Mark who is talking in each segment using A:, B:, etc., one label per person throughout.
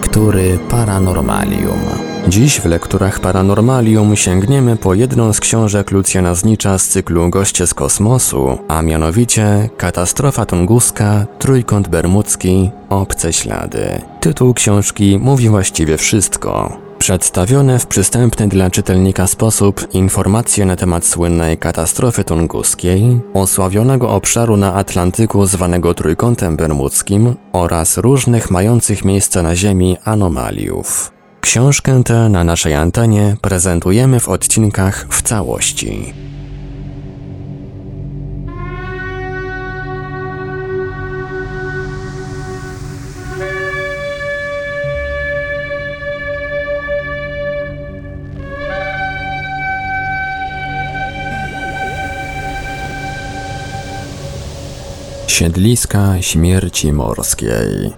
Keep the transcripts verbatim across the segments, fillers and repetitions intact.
A: Lektury Paranormalium. Dziś w Lekturach Paranormalium sięgniemy po jedną z książek Lucjana Znicza z cyklu Goście z kosmosu, a mianowicie Katastrofa tunguska, Trójkąt Bermudzki, Obce ślady. Tytuł książki mówi właściwie wszystko. Przedstawione w przystępny dla czytelnika sposób informacje na temat słynnej katastrofy tunguskiej, osławionego obszaru na Atlantyku zwanego Trójkątem Bermudzkim oraz różnych mających miejsce na Ziemi anomaliów. Książkę tę na naszej antenie prezentujemy w odcinkach w całości. Siedliska śmierci morskiej.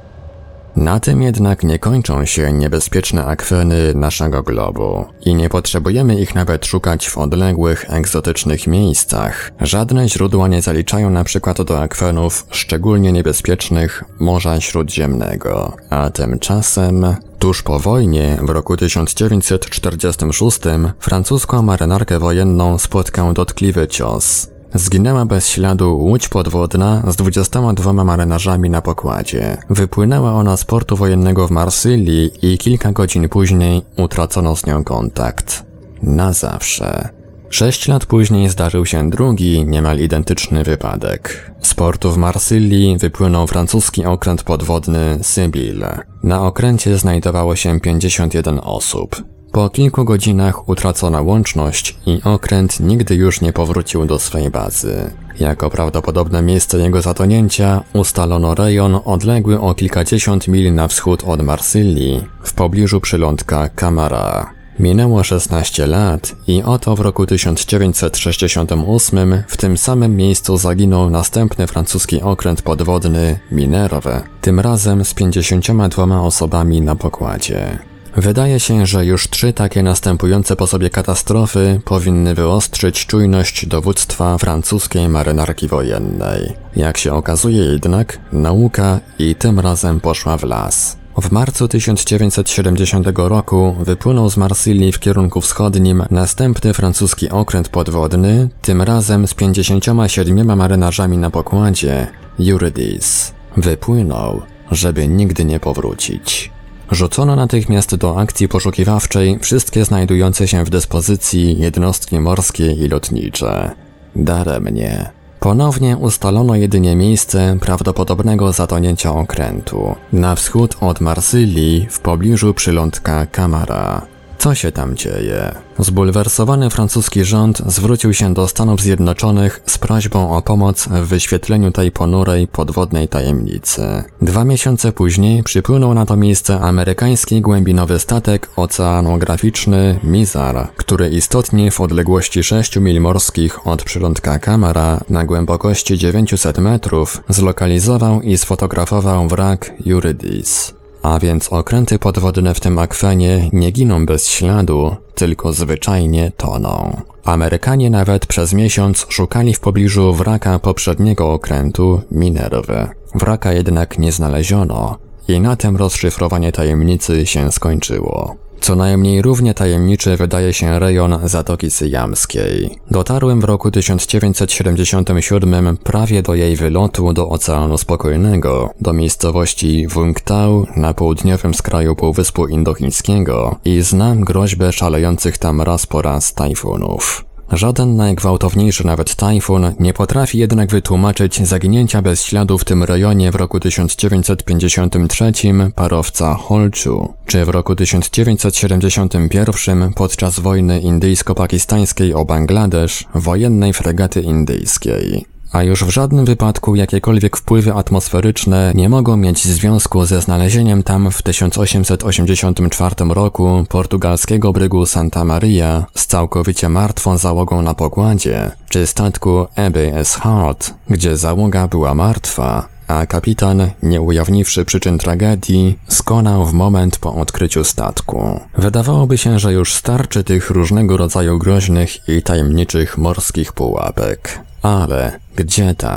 A: Na tym jednak nie kończą się niebezpieczne akweny naszego globu i nie potrzebujemy ich nawet szukać w odległych, egzotycznych miejscach. Żadne źródła nie zaliczają na przykład do akwenów szczególnie niebezpiecznych Morza Śródziemnego. A tymczasem, tuż po wojnie, w roku tysiąc dziewięćset czterdziestym szóstym, francuską marynarkę wojenną spotkał dotkliwy cios. Zginęła bez śladu łódź podwodna z dwudziestoma dwoma marynarzami na pokładzie. Wypłynęła ona z portu wojennego w Marsylii i kilka godzin później utracono z nią kontakt. Na zawsze. Sześć lat później zdarzył się drugi, niemal identyczny wypadek. Z portu w Marsylii wypłynął francuski okręt podwodny Sibylle. Na okręcie znajdowało się pięćdziesiąt jeden osób. Po kilku godzinach utracono łączność i okręt nigdy już nie powrócił do swej bazy. Jako prawdopodobne miejsce jego zatonięcia ustalono rejon odległy o kilkadziesiąt mil na wschód od Marsylii, w pobliżu przylądka Camara. Minęło szesnaście lat i oto w roku tysiąc dziewięćset sześćdziesiątym ósmym w tym samym miejscu zaginął następny francuski okręt podwodny Minerve, tym razem z pięćdziesięcioma dwoma osobami na pokładzie. Wydaje się, że już trzy takie następujące po sobie katastrofy powinny wyostrzyć czujność dowództwa francuskiej marynarki wojennej. Jak się okazuje jednak, nauka i tym razem poszła w las. W marcu tysiąc dziewięćset siedemdziesiątego roku wypłynął z Marsylii w kierunku wschodnim następny francuski okręt podwodny, tym razem z pięćdziesięcioma siedmioma marynarzami na pokładzie, Eurydice. Wypłynął, żeby nigdy nie powrócić. Rzucono natychmiast do akcji poszukiwawczej wszystkie znajdujące się w dyspozycji jednostki morskie i lotnicze. Daremnie. Ponownie ustalono jedynie miejsce prawdopodobnego zatonięcia okrętu. Na wschód od Marsylii, w pobliżu przylądka Camara. Co się tam dzieje? Zbulwersowany francuski rząd zwrócił się do Stanów Zjednoczonych z prośbą o pomoc w wyświetleniu tej ponurej podwodnej tajemnicy. Dwa miesiące później przypłynął na to miejsce amerykański głębinowy statek oceanograficzny Mizar, który istotnie w odległości sześciu mil morskich od przylądka Camara na głębokości dziewięćset metrów zlokalizował i sfotografował wrak Eurydice. A więc okręty podwodne w tym akwenie nie giną bez śladu, tylko zwyczajnie toną. Amerykanie nawet przez miesiąc szukali w pobliżu wraka poprzedniego okrętu Minerve. Wraka jednak nie znaleziono i na tym rozszyfrowanie tajemnicy się skończyło. Co najmniej równie tajemniczy wydaje się rejon Zatoki Syjamskiej. Dotarłem w roku tysiąc dziewięćset siedemdziesiątym siódmym prawie do jej wylotu do Oceanu Spokojnego, do miejscowości Wungtao na południowym skraju Półwyspu Indochińskiego i znam groźbę szalejących tam raz po raz tajfunów. Żaden najgwałtowniejszy nawet tajfun nie potrafi jednak wytłumaczyć zaginięcia bez śladu w tym rejonie w roku tysiąc dziewięćset pięćdziesiątym trzecim parowca Holchu, czy w roku tysiąc dziewięćset siedemdziesiątym pierwszym podczas wojny indyjsko-pakistańskiej o Bangladesz wojennej fregaty indyjskiej. A już w żadnym wypadku jakiekolwiek wpływy atmosferyczne nie mogą mieć związku ze znalezieniem tam w tysiąc osiemset osiemdziesiątym czwartym roku portugalskiego brygu Santa Maria z całkowicie martwą załogą na pokładzie, czy statku Abbey S. Hart, gdzie załoga była martwa, a kapitan, nie ujawniwszy przyczyn tragedii, skonał w moment po odkryciu statku. Wydawałoby się, że już starczy tych różnego rodzaju groźnych i tajemniczych morskich pułapek. Ale gdzie tam?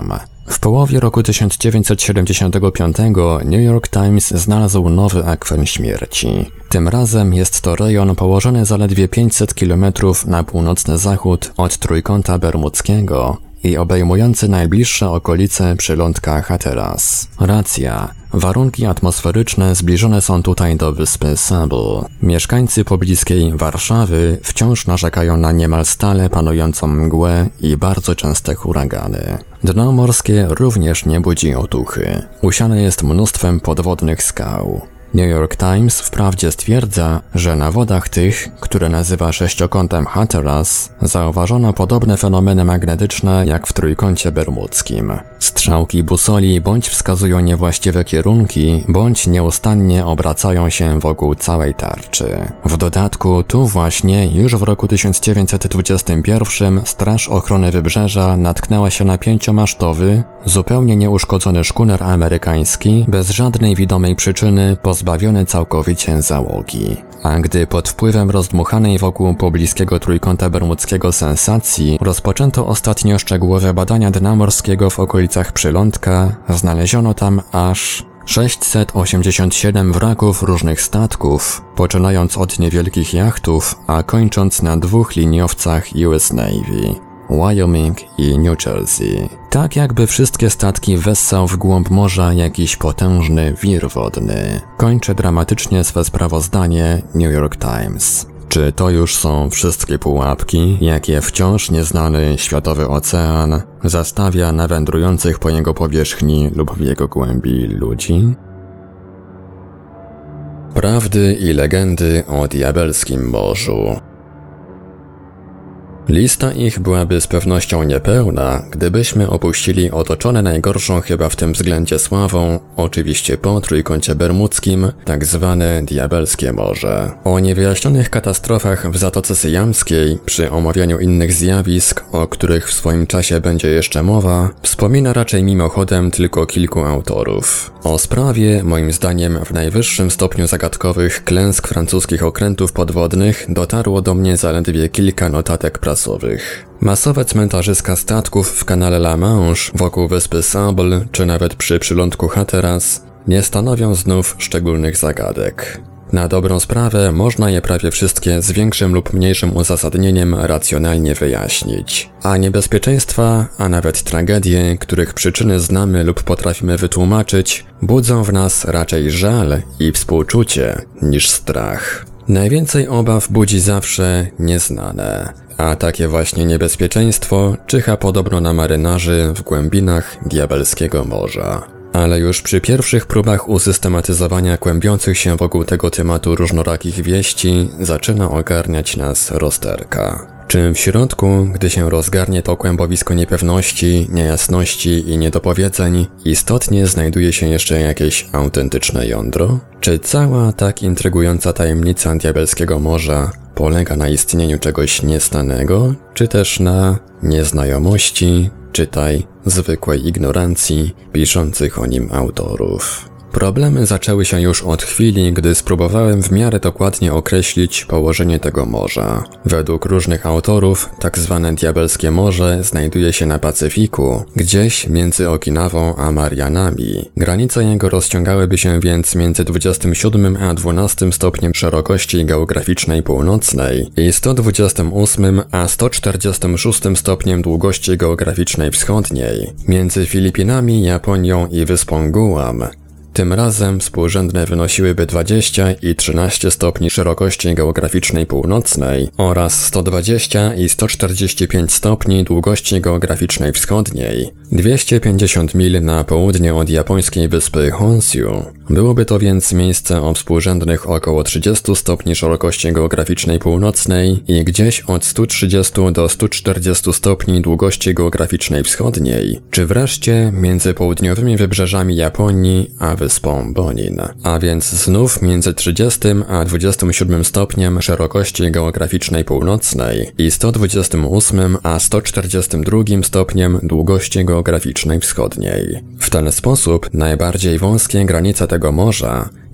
A: W połowie roku tysiąc dziewięćset siedemdziesiątego piątego New York Times znalazł nowy akwen śmierci. Tym razem jest to rejon położony zaledwie pięćset kilometrów na północny zachód od Trójkąta Bermudzkiego i obejmujący najbliższe okolice przylądka Hatteras. Racja. Warunki atmosferyczne zbliżone są tutaj do wyspy Sable. Mieszkańcy pobliskiej Warszawy wciąż narzekają na niemal stale panującą mgłę i bardzo częste huragany. Dno morskie również nie budzi otuchy. Usiane jest mnóstwem podwodnych skał. New York Times wprawdzie stwierdza, że na wodach tych, które nazywa sześciokątem Hatteras, zauważono podobne fenomeny magnetyczne jak w Trójkącie Bermudzkim. Strzałki busoli bądź wskazują niewłaściwe kierunki, bądź nieustannie obracają się wokół całej tarczy. W dodatku tu właśnie już w roku tysiąc dziewięćset dwudziestym pierwszym Straż Ochrony Wybrzeża natknęła się na pięciomasztowy, zupełnie nieuszkodzony szkuner amerykański, bez żadnej widomej przyczyny pozbawiony całkowicie załogi. A gdy pod wpływem rozdmuchanej wokół pobliskiego Trójkąta Bermudzkiego sensacji rozpoczęto ostatnio szczegółowe badania dna morskiego w okolicach przylądka, znaleziono tam aż sześćset osiemdziesiąt siedem wraków różnych statków, poczynając od niewielkich jachtów, a kończąc na dwóch liniowcach U S Navy. Wyoming i New Jersey. Tak jakby wszystkie statki wessał w głąb morza jakiś potężny wir wodny. Kończy dramatycznie swe sprawozdanie New York Times. Czy to już są wszystkie pułapki, jakie wciąż nieznany światowy ocean zastawia na wędrujących po jego powierzchni lub w jego głębi ludzi? Prawdy i legendy o diabelskim morzu. Lista ich byłaby z pewnością niepełna, gdybyśmy opuścili otoczone najgorszą chyba w tym względzie sławą, oczywiście po Trójkącie Bermudzkim, tak zwane Diabelskie Morze. O niewyjaśnionych katastrofach w Zatoce Syjamskiej, przy omawianiu innych zjawisk, o których w swoim czasie będzie jeszcze mowa, wspomina raczej mimochodem tylko kilku autorów. O sprawie, moim zdaniem, w najwyższym stopniu zagadkowych klęsk francuskich okrętów podwodnych dotarło do mnie zaledwie kilka notatek prasowych. Masowe cmentarzyska statków w kanale La Manche, wokół wyspy Sable, czy nawet przy przylądku Hatteras nie stanowią znów szczególnych zagadek. Na dobrą sprawę można je prawie wszystkie z większym lub mniejszym uzasadnieniem racjonalnie wyjaśnić. A niebezpieczeństwa, a nawet tragedie, których przyczyny znamy lub potrafimy wytłumaczyć, budzą w nas raczej żal i współczucie niż strach. Najwięcej obaw budzi zawsze nieznane, a takie właśnie niebezpieczeństwo czyha podobno na marynarzy w głębinach Diabelskiego Morza. Ale już przy pierwszych próbach usystematyzowania kłębiących się wokół tego tematu różnorakich wieści zaczyna ogarniać nas rozterka. Czym w środku, gdy się rozgarnie to kłębowisko niepewności, niejasności i niedopowiedzeń, istotnie znajduje się jeszcze jakieś autentyczne jądro? Czy cała tak intrygująca tajemnica Diabelskiego Morza polega na istnieniu czegoś nieznanego, czy też na nieznajomości, czytaj, zwykłej ignorancji piszących o nim autorów? Problemy zaczęły się już od chwili, gdy spróbowałem w miarę dokładnie określić położenie tego morza. Według różnych autorów, tak zwane Diabelskie Morze znajduje się na Pacyfiku, gdzieś między Okinawą a Marianami. Granice jego rozciągałyby się więc między dwudziestym siódmym a dwunastym stopniem szerokości geograficznej północnej i sto dwudziestym ósmym a sto czterdziestym szóstym stopniem długości geograficznej wschodniej, między Filipinami, Japonią i wyspą Guam. Tym razem współrzędne wynosiłyby dwadzieścia i trzynaście stopni szerokości geograficznej północnej oraz sto dwadzieścia i sto czterdzieści pięć stopni długości geograficznej wschodniej, dwieście pięćdziesiąt mil na południe od japońskiej wyspy Honshu. Byłoby to więc miejsce o współrzędnych około trzydziestu stopni szerokości geograficznej północnej i gdzieś od stu trzydziestu do stu czterdziestu stopni długości geograficznej wschodniej, czy wreszcie między południowymi wybrzeżami Japonii a wyspą Bonin, a więc znów między trzydziestym a dwudziestym siódmym stopniem szerokości geograficznej północnej i sto dwudziestym ósmym a sto czterdziestym drugim stopniem długości geograficznej wschodniej. W ten sposób najbardziej wąskie granice tego morza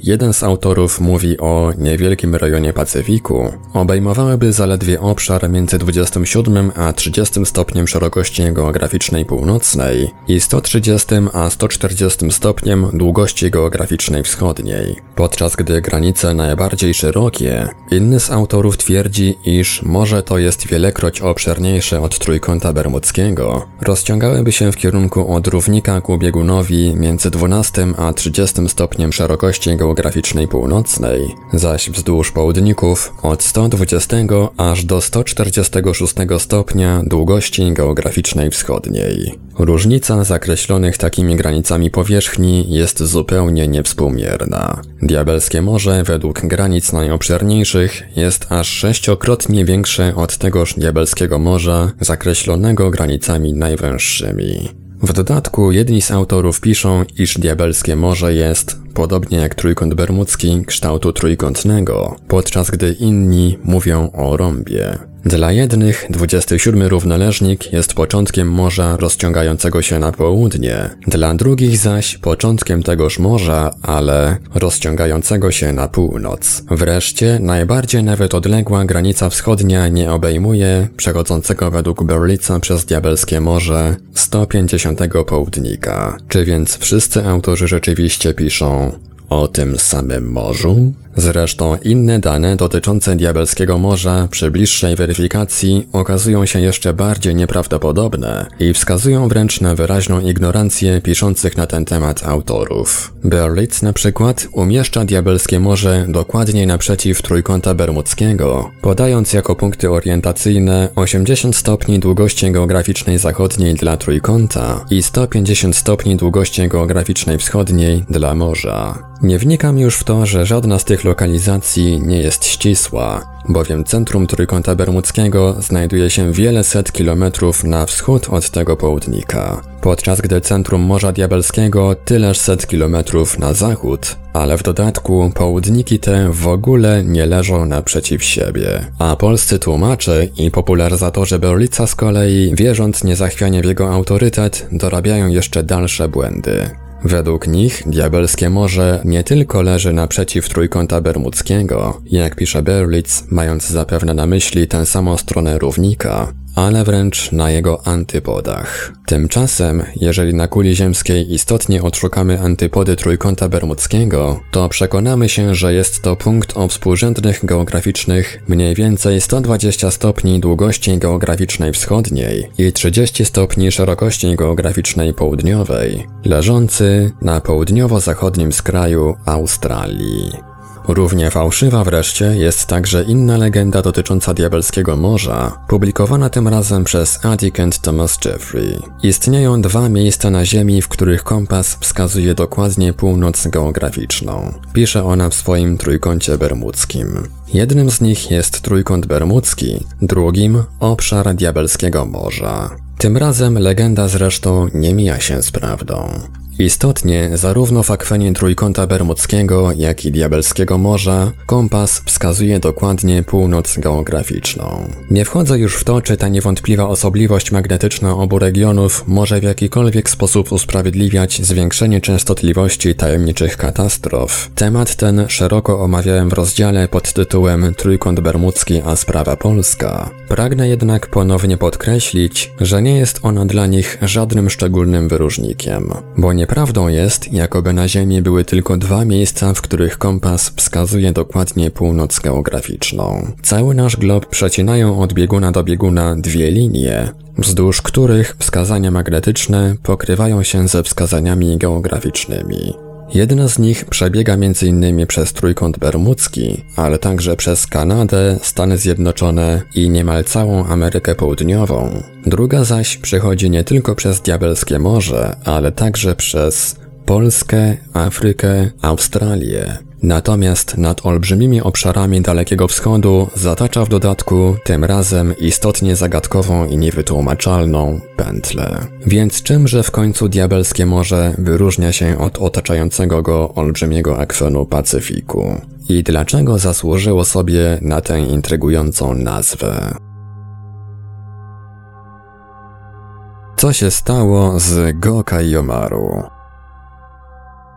A: Jeden z autorów mówi o niewielkim rejonie Pacyfiku. Obejmowałyby zaledwie obszar między dwudziestym siódmym a trzydziestym stopniem szerokości geograficznej północnej i sto trzydziestym a sto czterdziestym stopniem długości geograficznej wschodniej. Podczas gdy granice najbardziej szerokie, inny z autorów twierdzi, iż morze to jest wielekroć obszerniejsze od Trójkąta Bermudzkiego, rozciągałyby się w kierunku od równika ku biegunowi między dwunastym a trzydziestym stopniem szerokości geograficznej północnej, zaś wzdłuż południków od sto dwudziestego aż do sto czterdziestego szóstego stopnia długości geograficznej wschodniej. Różnica zakreślonych takimi granicami powierzchni jest zupełnie niewspółmierna. Diabelskie Morze według granic najobszerniejszych jest aż sześciokrotnie większe od tegoż Diabelskiego Morza zakreślonego granicami najwęższymi. W dodatku jedni z autorów piszą, iż Diabelskie Morze jest, podobnie jak Trójkąt Bermudzki, kształtu trójkątnego, podczas gdy inni mówią o rąbie. Dla jednych dwudziesty siódmy równoleżnik jest początkiem morza rozciągającego się na południe, dla drugich zaś początkiem tegoż morza, ale rozciągającego się na północ. Wreszcie najbardziej nawet odległa granica wschodnia nie obejmuje przechodzącego według Berlitza przez Diabelskie Morze sto pięćdziesiątego południka. Czy więc wszyscy autorzy rzeczywiście piszą o tym samym morzu? Zresztą inne dane dotyczące Diabelskiego Morza przy bliższej weryfikacji okazują się jeszcze bardziej nieprawdopodobne i wskazują wręcz na wyraźną ignorancję piszących na ten temat autorów. Berlitz na przykład umieszcza Diabelskie Morze dokładniej naprzeciw Trójkąta Bermudzkiego, podając jako punkty orientacyjne osiemdziesiąt stopni długości geograficznej zachodniej dla Trójkąta i sto pięćdziesiąt stopni długości geograficznej wschodniej dla morza. Nie wnikam już w to, że żadna z tych lokalizacji nie jest ścisła, bowiem centrum Trójkąta Bermudzkiego znajduje się wiele set kilometrów na wschód od tego południka, podczas gdy centrum Morza Diabelskiego tyleż set kilometrów na zachód, ale w dodatku południki te w ogóle nie leżą naprzeciw siebie, a polscy tłumacze i popularyzatorzy Berlitza z kolei, wierząc niezachwianie w jego autorytet, dorabiają jeszcze dalsze błędy. Według nich Diabelskie Morze nie tylko leży naprzeciw Trójkąta Bermudzkiego, jak pisze Berlitz, mając zapewne na myśli tę samą stronę równika, ale wręcz na jego antypodach. Tymczasem, jeżeli na kuli ziemskiej istotnie odszukamy antypody Trójkąta Bermudzkiego, to przekonamy się, że jest to punkt o współrzędnych geograficznych mniej więcej sto dwadzieścia stopni długości geograficznej wschodniej i trzydzieści stopni szerokości geograficznej południowej, leżący na południowo-zachodnim skraju Australii. Równie fałszywa wreszcie jest także inna legenda dotycząca Diabelskiego Morza, publikowana tym razem przez Attic and Thomas Jeffrey. Istnieją dwa miejsca na Ziemi, w których kompas wskazuje dokładnie północ geograficzną. Pisze ona w swoim Trójkącie Bermudzkim. Jednym z nich jest Trójkąt Bermudzki, drugim obszar Diabelskiego Morza. Tym razem legenda zresztą nie mija się z prawdą. Istotnie, zarówno w akwenie Trójkąta Bermudzkiego, jak i Diabelskiego Morza, kompas wskazuje dokładnie północ geograficzną. Nie wchodzę już w to, czy ta niewątpliwa osobliwość magnetyczna obu regionów może w jakikolwiek sposób usprawiedliwiać zwiększenie częstotliwości tajemniczych katastrof. Temat ten szeroko omawiałem w rozdziale pod tytułem Trójkąt Bermudzki a sprawa polska. Pragnę jednak ponownie podkreślić, że nie jest ona dla nich żadnym szczególnym wyróżnikiem, bo nie Prawdą jest, jakoby na Ziemi były tylko dwa miejsca, w których kompas wskazuje dokładnie północ geograficzną. Cały nasz glob przecinają od bieguna do bieguna dwie linie, wzdłuż których wskazania magnetyczne pokrywają się ze wskazaniami geograficznymi. Jedna z nich przebiega między innymi przez Trójkąt Bermudzki, ale także przez Kanadę, Stany Zjednoczone i niemal całą Amerykę Południową. Druga zaś przechodzi nie tylko przez Diabelskie Morze, ale także przez Polskę, Afrykę, Australię. Natomiast nad olbrzymimi obszarami Dalekiego Wschodu zatacza w dodatku tym razem istotnie zagadkową i niewytłumaczalną pętlę. Więc czymże w końcu Diabelskie Morze wyróżnia się od otaczającego go olbrzymiego akwenu Pacyfiku? I dlaczego zasłużyło sobie na tę intrygującą nazwę? Co się stało z Go Kaiyomaru?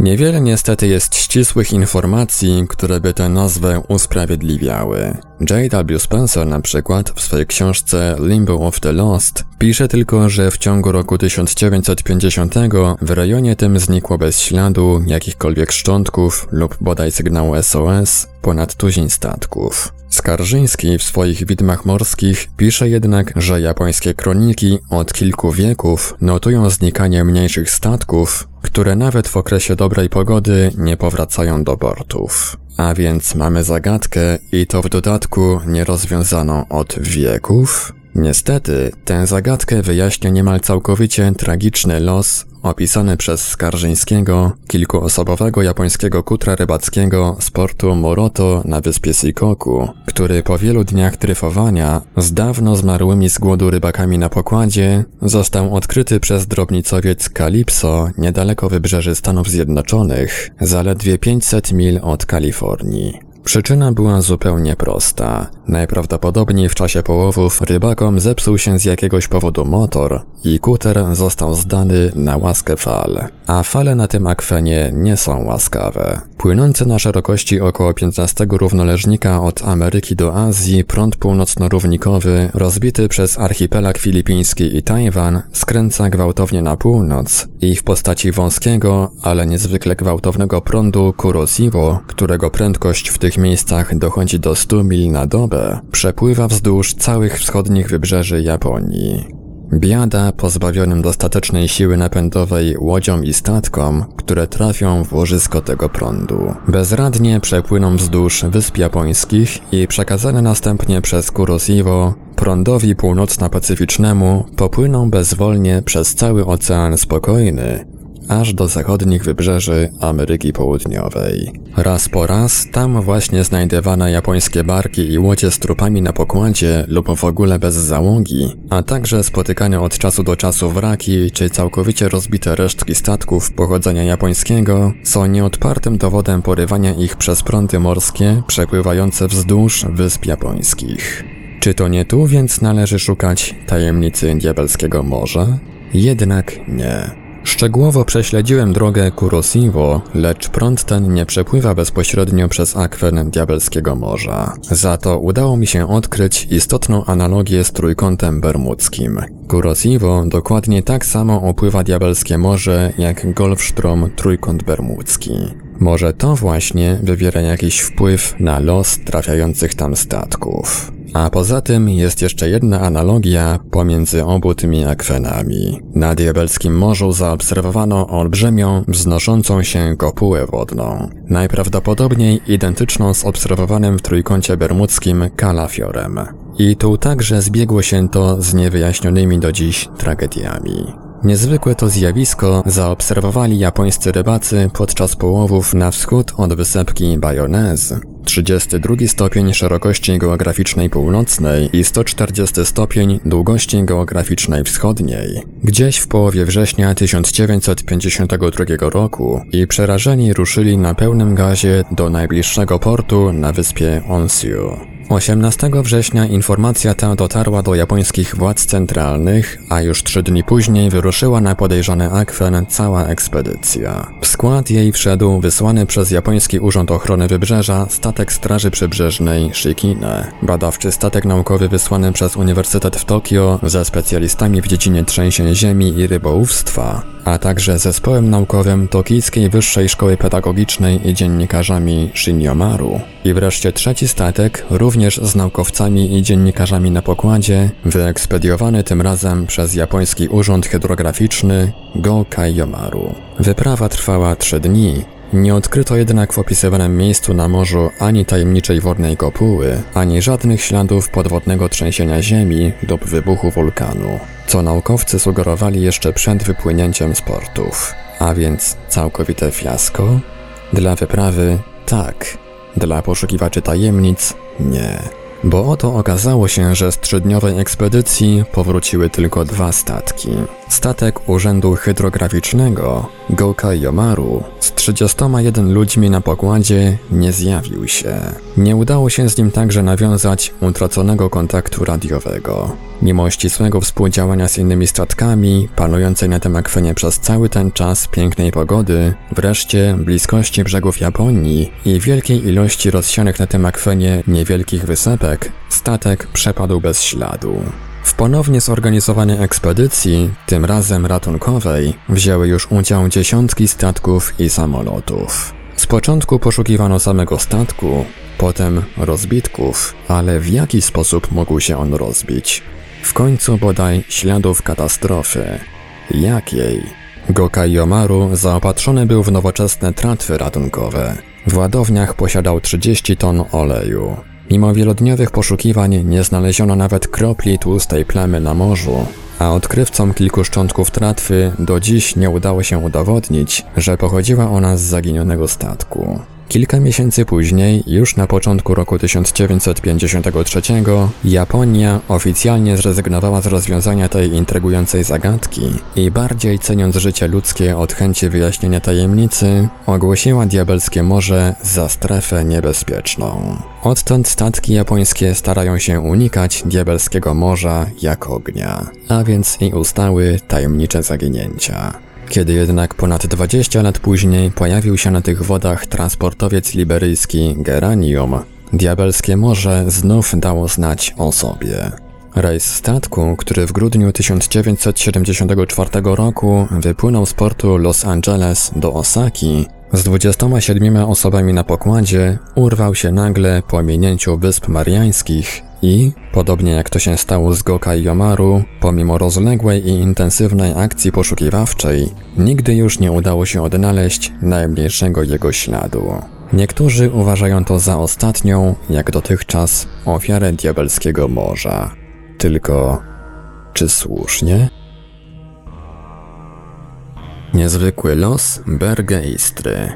A: Niewiele niestety jest ścisłych informacji, które by tę nazwę usprawiedliwiały. J W Spencer na przykład w swojej książce Limbo of the Lost pisze tylko, że w ciągu roku tysiąc dziewięćset pięćdziesiątego w rejonie tym znikło bez śladu jakichkolwiek szczątków lub bodaj sygnału S O S ponad tuzin statków. Skarżyński w swoich widmach morskich pisze jednak, że japońskie kroniki od kilku wieków notują znikanie mniejszych statków, które nawet w okresie dobrej pogody nie powracają do portów. A więc mamy zagadkę i to w dodatku nierozwiązaną od wieków? Niestety, tę zagadkę wyjaśnia niemal całkowicie tragiczny los opisany przez Skarżyńskiego kilkuosobowego japońskiego kutra rybackiego z portu Moroto na wyspie Shikoku, który po wielu dniach dryfowania z dawno zmarłymi z głodu rybakami na pokładzie został odkryty przez drobnicowiec Calypso niedaleko wybrzeży Stanów Zjednoczonych, zaledwie pięćset mil od Kalifornii. Przyczyna była zupełnie prosta. Najprawdopodobniej w czasie połowów rybakom zepsuł się z jakiegoś powodu motor i kuter został zdany na łaskę fal. A fale na tym akwenie nie są łaskawe. Płynący na szerokości około piętnastego równoleżnika od Ameryki do Azji prąd północno-równikowy rozbity przez archipelag filipiński i Tajwan skręca gwałtownie na północ i w postaci wąskiego, ale niezwykle gwałtownego prądu Kuroshio, którego prędkość w tych miejscach dochodzi do stu mil na dobę, przepływa wzdłuż całych wschodnich wybrzeży Japonii. Biada pozbawionym dostatecznej siły napędowej łodziom i statkom, które trafią w łożysko tego prądu. Bezradnie przepłyną wzdłuż Wysp Japońskich i przekazane następnie przez Kuroshio prądowi północno-pacyficznemu popłyną bezwolnie przez cały Ocean Spokojny, aż do zachodnich wybrzeży Ameryki Południowej. Raz po raz tam właśnie znajdywane japońskie barki i łodzie z trupami na pokładzie lub w ogóle bez załogi, a także spotykane od czasu do czasu wraki czy całkowicie rozbite resztki statków pochodzenia japońskiego są nieodpartym dowodem porywania ich przez prądy morskie przepływające wzdłuż Wysp Japońskich. Czy to nie tu więc należy szukać tajemnicy Diabelskiego Morza? Jednak nie. Szczegółowo prześledziłem drogę Kuroshio, lecz prąd ten nie przepływa bezpośrednio przez akwen Diabelskiego Morza. Za to udało mi się odkryć istotną analogię z Trójkątem Bermudzkim. Kuroshio dokładnie tak samo opływa Diabelskie Morze jak Golfstrom Trójkąt Bermudzki. Może to właśnie wywiera jakiś wpływ na los trafiających tam statków. A poza tym jest jeszcze jedna analogia pomiędzy obu tymi akwenami. Na Diabelskim Morzu zaobserwowano olbrzymią, wznoszącą się kopułę wodną. Najprawdopodobniej identyczną z obserwowanym w Trójkącie Bermudzkim Kalafiorem. I tu także zbiegło się to z niewyjaśnionymi do dziś tragediami. Niezwykłe to zjawisko zaobserwowali japońscy rybacy podczas połowów na wschód od wysepki Bayonese, trzydziesty drugi stopień szerokości geograficznej północnej i sto czterdziesty stopień długości geograficznej wschodniej, gdzieś w połowie września tysiąc dziewięćset pięćdziesiątego drugiego roku i przerażeni ruszyli na pełnym gazie do najbliższego portu na wyspie Honshu. osiemnastego września informacja ta dotarła do japońskich władz centralnych, a już trzy dni później wyruszyła na podejrzany akwen cała ekspedycja. W skład jej wszedł wysłany przez Japoński Urząd Ochrony Wybrzeża statek Straży Przybrzeżnej Shikine, badawczy statek naukowy wysłany przez Uniwersytet w Tokio ze specjalistami w dziedzinie trzęsień ziemi i rybołówstwa, a także zespołem naukowym Tokijskiej Wyższej Szkoły Pedagogicznej i dziennikarzami Shinyomaru. I wreszcie trzeci statek, również z naukowcami i dziennikarzami na pokładzie, wyekspediowany tym razem przez Japoński Urząd Hydrograficzny Go Kaiyomaru. Wyprawa trwała trzy dni. Nie odkryto jednak w opisywanym miejscu na morzu ani tajemniczej wodnej kopuły, ani żadnych śladów podwodnego trzęsienia ziemi lub wybuchu wulkanu, co naukowcy sugerowali jeszcze przed wypłynięciem z portów. A więc całkowite fiasko? Dla wyprawy tak, dla poszukiwaczy tajemnic nie. Bo oto okazało się, że z trzydniowej ekspedycji powróciły tylko dwa statki. Statek Urzędu Hydrograficznego Gokai Yomaru z trzydziestoma jeden ludźmi na pokładzie nie zjawił się. Nie udało się z nim także nawiązać utraconego kontaktu radiowego. Mimo ścisłego współdziałania z innymi statkami, panującej na tym akwenie przez cały ten czas pięknej pogody, wreszcie bliskości brzegów Japonii i wielkiej ilości rozsianych na tym akwenie niewielkich wysepek, statek przepadł bez śladu. W ponownie zorganizowanej ekspedycji, tym razem ratunkowej, wzięły już udział dziesiątki statków i samolotów. Z początku poszukiwano samego statku, potem rozbitków, ale w jaki sposób mógł się on rozbić? W końcu bodaj śladów katastrofy. Jakiej? Gokai Yomaru zaopatrzony był w nowoczesne tratwy ratunkowe. W ładowniach posiadał trzydzieści ton oleju. Mimo wielodniowych poszukiwań nie znaleziono nawet kropli tłustej plamy na morzu, a odkrywcom kilku szczątków tratwy do dziś nie udało się udowodnić, że pochodziła ona z zaginionego statku. Kilka miesięcy później, już na początku roku tysiąc dziewięćset pięćdziesiątego trzeciego, Japonia oficjalnie zrezygnowała z rozwiązania tej intrygującej zagadki i bardziej ceniąc życie ludzkie od chęci wyjaśnienia tajemnicy, ogłosiła Diabelskie Morze za strefę niebezpieczną. Odtąd statki japońskie starają się unikać Diabelskiego Morza jak ognia, a więc i ustały tajemnicze zaginięcia. Kiedy jednak ponad dwadzieścia lat później pojawił się na tych wodach transportowiec liberyjski Geranium, Diabelskie Morze znów dało znać o sobie. Rejs statku, który w grudniu tysiąc dziewięćset siedemdziesiątego czwartego roku wypłynął z portu Los Angeles do Osaki, z dwudziestoma siedmioma osobami na pokładzie, urwał się nagle po minięciu Wysp Mariańskich i, podobnie jak to się stało z Gokai Yomaru, pomimo rozległej i intensywnej akcji poszukiwawczej, nigdy już nie udało się odnaleźć najmniejszego jego śladu. Niektórzy uważają to za ostatnią, jak dotychczas, ofiarę Diabelskiego Morza. Tylko, czy słusznie? Niezwykły los Bergeistry.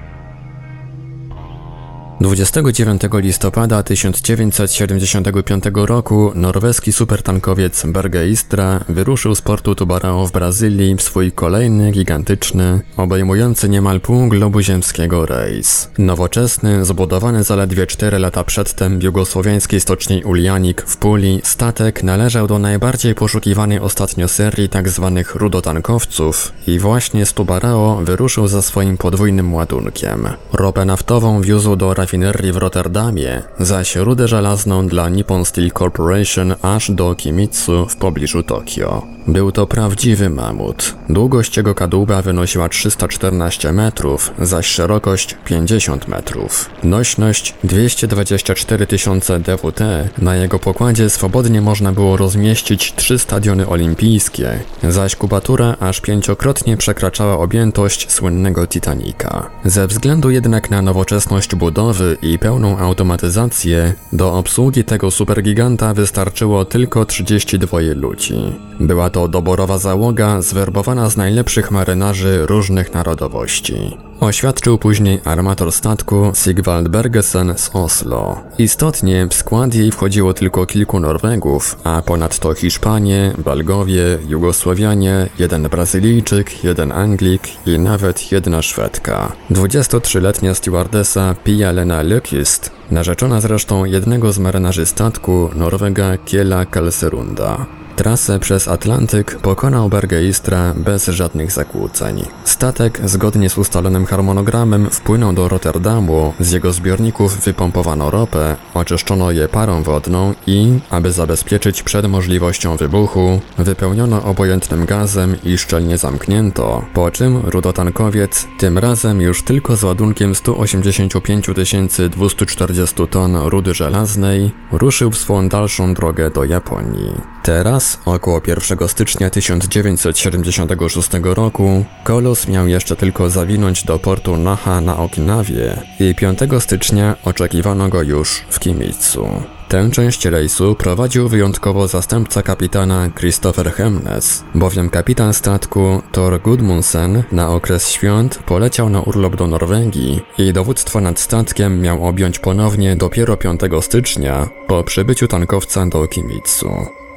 A: dwudziestego dziewiątego listopada tysiąc dziewięćset siedemdziesiątego piątego roku norweski supertankowiec Bergeistra wyruszył z portu Tubarão w Brazylii w swój kolejny gigantyczny, obejmujący niemal pół globu ziemskiego rejs. Nowoczesny, zbudowany zaledwie cztery lata przedtem w jugosłowiańskiej stoczni Uljanik w Puli, statek należał do najbardziej poszukiwanej ostatnio serii tzw. rudotankowców i właśnie z Tubarão wyruszył za swoim podwójnym ładunkiem. Ropę naftową wiózł do rafinerii w Rotterdamie, zaś rudę żelazną dla Nippon Steel Corporation aż do Kimitsu w pobliżu Tokio. Był to prawdziwy mamut. Długość jego kadłuba wynosiła trzysta czternaście metrów, zaś szerokość pięćdziesiąt metrów. Nośność dwieście dwadzieścia cztery tysiące D W T, na jego pokładzie swobodnie można było rozmieścić trzy stadiony olimpijskie, zaś kubatura aż pięciokrotnie przekraczała objętość słynnego Titanica. Ze względu jednak na nowoczesność budowy i pełną automatyzację, do obsługi tego supergiganta wystarczyło tylko trzydzieści dwoje ludzi. Była to doborowa załoga zwerbowana z najlepszych marynarzy różnych narodowości. Oświadczył później armator statku Sigvald Bergesen z Oslo. Istotnie w skład jej wchodziło tylko kilku Norwegów, a ponadto Hiszpanie, Belgowie, Jugosłowianie, jeden Brazylijczyk, jeden Anglik i nawet jedna Szwedka. dwudziestotrzyletnia stewardesa Pia-Lena Lökvist, narzeczona zresztą jednego z marynarzy statku, Norwega Kiela Kalserunda. Trasę przez Atlantyk pokonał Bergeistra bez żadnych zakłóceń. Statek, zgodnie z ustalonym harmonogramem, wpłynął do Rotterdamu, z jego zbiorników wypompowano ropę, oczyszczono je parą wodną i, aby zabezpieczyć przed możliwością wybuchu, wypełniono obojętnym gazem i szczelnie zamknięto, po czym rudotankowiec, tym razem już tylko z ładunkiem sto osiemdziesiąt pięć tysięcy dwieście czterdzieści ton rudy żelaznej, ruszył w swą dalszą drogę do Japonii. Teraz, około pierwszego stycznia tysiąc dziewięćset siedemdziesiątego szóstego roku, kolos miał jeszcze tylko zawinąć do portu Naha na Okinawie i piątego stycznia oczekiwano go już w Kimitsu. Tę część rejsu prowadził wyjątkowo zastępca kapitana Christopher Hemnes, bowiem kapitan statku Thor Gudmundsen na okres świąt poleciał na urlop do Norwegii i dowództwo nad statkiem miał objąć ponownie dopiero piątego stycznia po przybyciu tankowca do Kimitsu.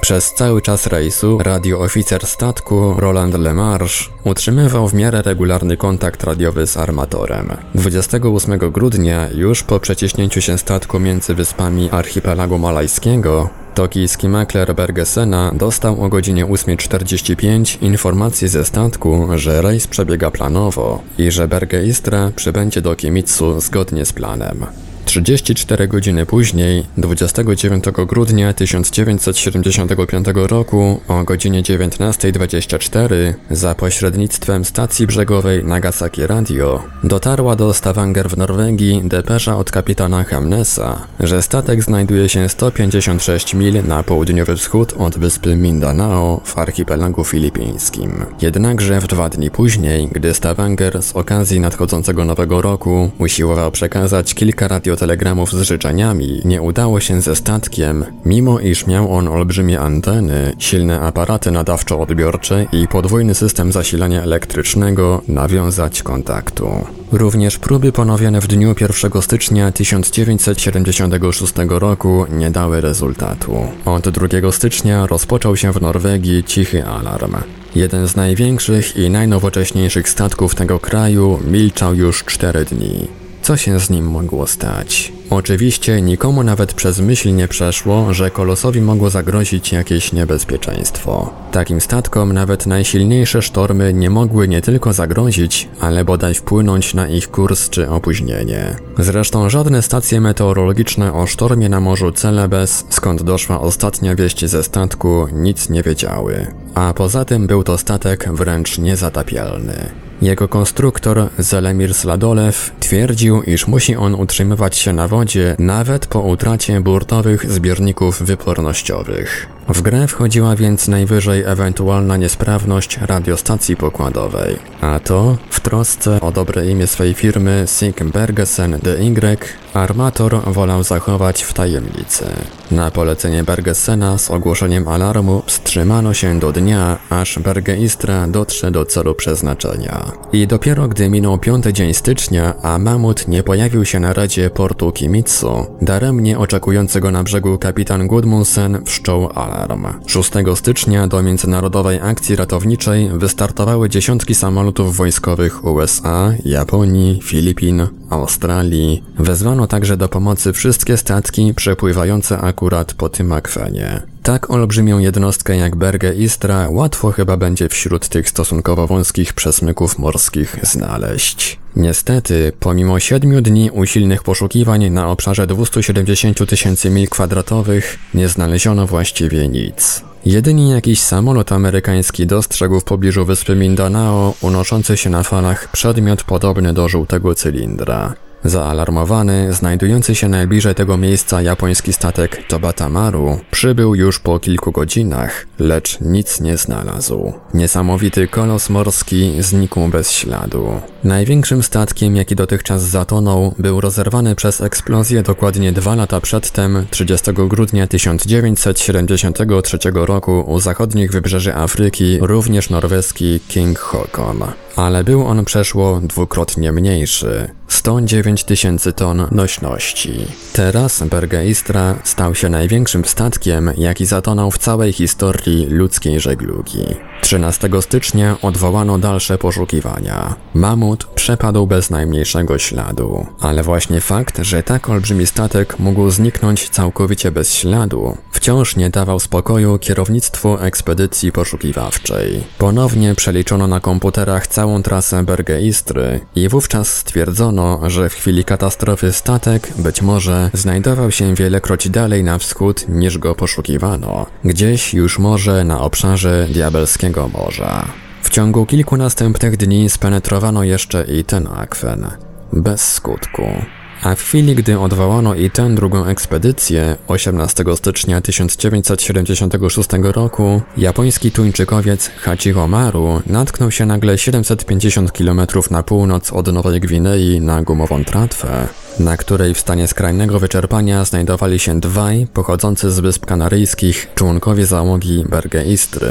A: Przez cały czas rejsu radiooficer statku Roland LeMarche utrzymywał w miarę regularny kontakt radiowy z armatorem. dwudziestego ósmego grudnia, już po przeciśnięciu się statku między wyspami archipelagu malajskiego, tokijski makler Bergesena dostał o godzinie ósma czterdzieści pięć informację ze statku, że rejs przebiega planowo i że Bergeistra przybędzie do Kimitsu zgodnie z planem. trzydzieści cztery godziny później, dwudziestego dziewiątego grudnia tysiąc dziewięćset siedemdziesiątego piątego roku o godzinie dziewiętnasta dwadzieścia cztery, za pośrednictwem stacji brzegowej Nagasaki Radio, dotarła do Stavanger w Norwegii depesza od kapitana Hamnesa, że statek znajduje się sto pięćdziesiąt sześć mil na południowy wschód od wyspy Mindanao w archipelagu filipińskim. Jednakże w dwa dni później, gdy Stavanger z okazji nadchodzącego nowego roku usiłował przekazać kilka radio telegramów z życzeniami, nie udało się ze statkiem, mimo iż miał on olbrzymie anteny, silne aparaty nadawczo-odbiorcze i podwójny system zasilania elektrycznego, nawiązać kontaktu. Również próby ponowione w dniu pierwszego stycznia tysiąc dziewięćset siedemdziesiątego szóstego roku nie dały rezultatu. Od drugiego stycznia rozpoczął się w Norwegii cichy alarm. Jeden z największych i najnowocześniejszych statków tego kraju milczał już cztery dni. Co się z nim mogło stać? Oczywiście nikomu nawet przez myśl nie przeszło, że kolosowi mogło zagrozić jakieś niebezpieczeństwo. Takim statkom nawet najsilniejsze sztormy nie mogły nie tylko zagrozić, ale bodaj wpłynąć na ich kurs czy opóźnienie. Zresztą żadne stacje meteorologiczne o sztormie na morzu Celebes, skąd doszła ostatnia wieść ze statku, nic nie wiedziały. A poza tym był to statek wręcz niezatapialny. Jego konstruktor, Zelemir Sladolew, twierdził, iż musi on utrzymywać się na wodzie nawet po utracie burtowych zbiorników wypornościowych. W grę wchodziła więc najwyżej ewentualna niesprawność radiostacji pokładowej, a to, w trosce o dobre imię swej firmy Sig Bergesen D Y, armator wolał zachować w tajemnicy. Na polecenie Bergesena z ogłoszeniem alarmu wstrzymano się do dnia, aż Bergeistra dotrze do celu przeznaczenia. I dopiero gdy minął piąty dzień stycznia, a Mamut nie pojawił się na radzie portu Kimitsu, daremnie oczekujący go na brzegu kapitan Gudmundsen wszczął alarm. szóstego stycznia do międzynarodowej akcji ratowniczej wystartowały dziesiątki samolotów wojskowych U S A, Japonii, Filipin, Australii. Wezwano także do pomocy wszystkie statki przepływające akurat po tym akwenie. Tak olbrzymią jednostkę jak Bergeistra łatwo chyba będzie wśród tych stosunkowo wąskich przesmyków morskich znaleźć. Niestety, pomimo siedmiu dni usilnych poszukiwań na obszarze dwieście siedemdziesiąt tysięcy mil kwadratowych, nie znaleziono właściwie nic. Jedynie jakiś samolot amerykański dostrzegł w pobliżu wyspy Mindanao unoszący się na falach przedmiot podobny do żółtego cylindra. Zaalarmowany, znajdujący się najbliżej tego miejsca japoński statek Tobatamaru przybył już po kilku godzinach, lecz nic nie znalazł. Niesamowity kolos morski znikł bez śladu. Największym statkiem, jaki dotychczas zatonął, był rozerwany przez eksplozję dokładnie dwa lata przedtem, trzydziestego grudnia tysiąc dziewięćset siedemdziesiątego trzeciego roku u zachodnich wybrzeży Afryki, również norweski King Haakon. Ale był on przeszło dwukrotnie mniejszy. sto dziewięć tysięcy ton nośności. Teraz Bergeistra stał się największym statkiem, jaki zatonął w całej historii ludzkiej żeglugi. trzynastego stycznia odwołano dalsze poszukiwania. Mamut przepadł bez najmniejszego śladu. Ale właśnie fakt, że tak olbrzymi statek mógł zniknąć całkowicie bez śladu, wciąż nie dawał spokoju kierownictwu ekspedycji poszukiwawczej. Ponownie przeliczono na komputerach całą trasę Bergeistry i wówczas stwierdzono, że w chwili katastrofy statek być może znajdował się wielekroć dalej na wschód niż go poszukiwano, gdzieś już może na obszarze Diabelskiego Morza. W ciągu kilku następnych dni spenetrowano jeszcze i ten akwen. Bez skutku. A w chwili, gdy odwołano i tę drugą ekspedycję, osiemnastego stycznia tysiąc dziewięćset siedemdziesiątego szóstego roku, japoński tuńczykowiec Hachiro Maru natknął się nagle siedemset pięćdziesiąt kilometrów na północ od Nowej Gwinei na gumową tratwę, na której w stanie skrajnego wyczerpania znajdowali się dwaj, pochodzący z Wysp Kanaryjskich, członkowie załogi Bergeistry.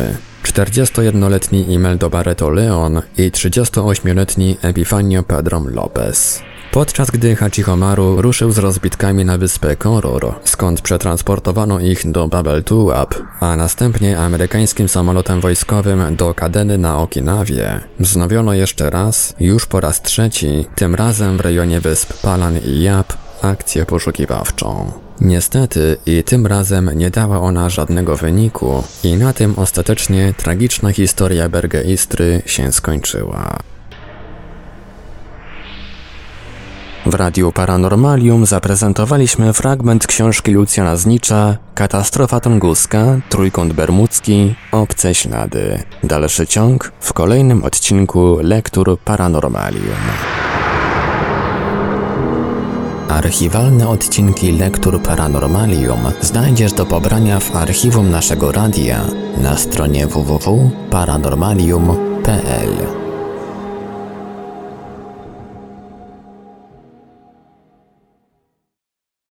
A: czterdziestojednoletni Imeldo Barreto Leon i trzydziestoośmioletni Epifanio Pedrom Lopez. Podczas gdy Hachihomaru ruszył z rozbitkami na wyspę Koror, skąd przetransportowano ich do Babel Tuap, a następnie amerykańskim samolotem wojskowym do Kadeny na Okinawie, wznowiono jeszcze raz, już po raz trzeci, tym razem w rejonie wysp Palan i Yap, akcję poszukiwawczą. Niestety i tym razem nie dała ona żadnego wyniku i na tym ostatecznie tragiczna historia Bergeistry się skończyła. W Radiu Paranormalium zaprezentowaliśmy fragment książki Lucjana Znicza Katastrofa Tunguska, Trójkąt Bermudzki, Obce Ślady. Dalszy ciąg w kolejnym odcinku Lektur Paranormalium. Archiwalne odcinki Lektur Paranormalium znajdziesz do pobrania w archiwum naszego radia na stronie w w w kropka paranormalium kropka p l.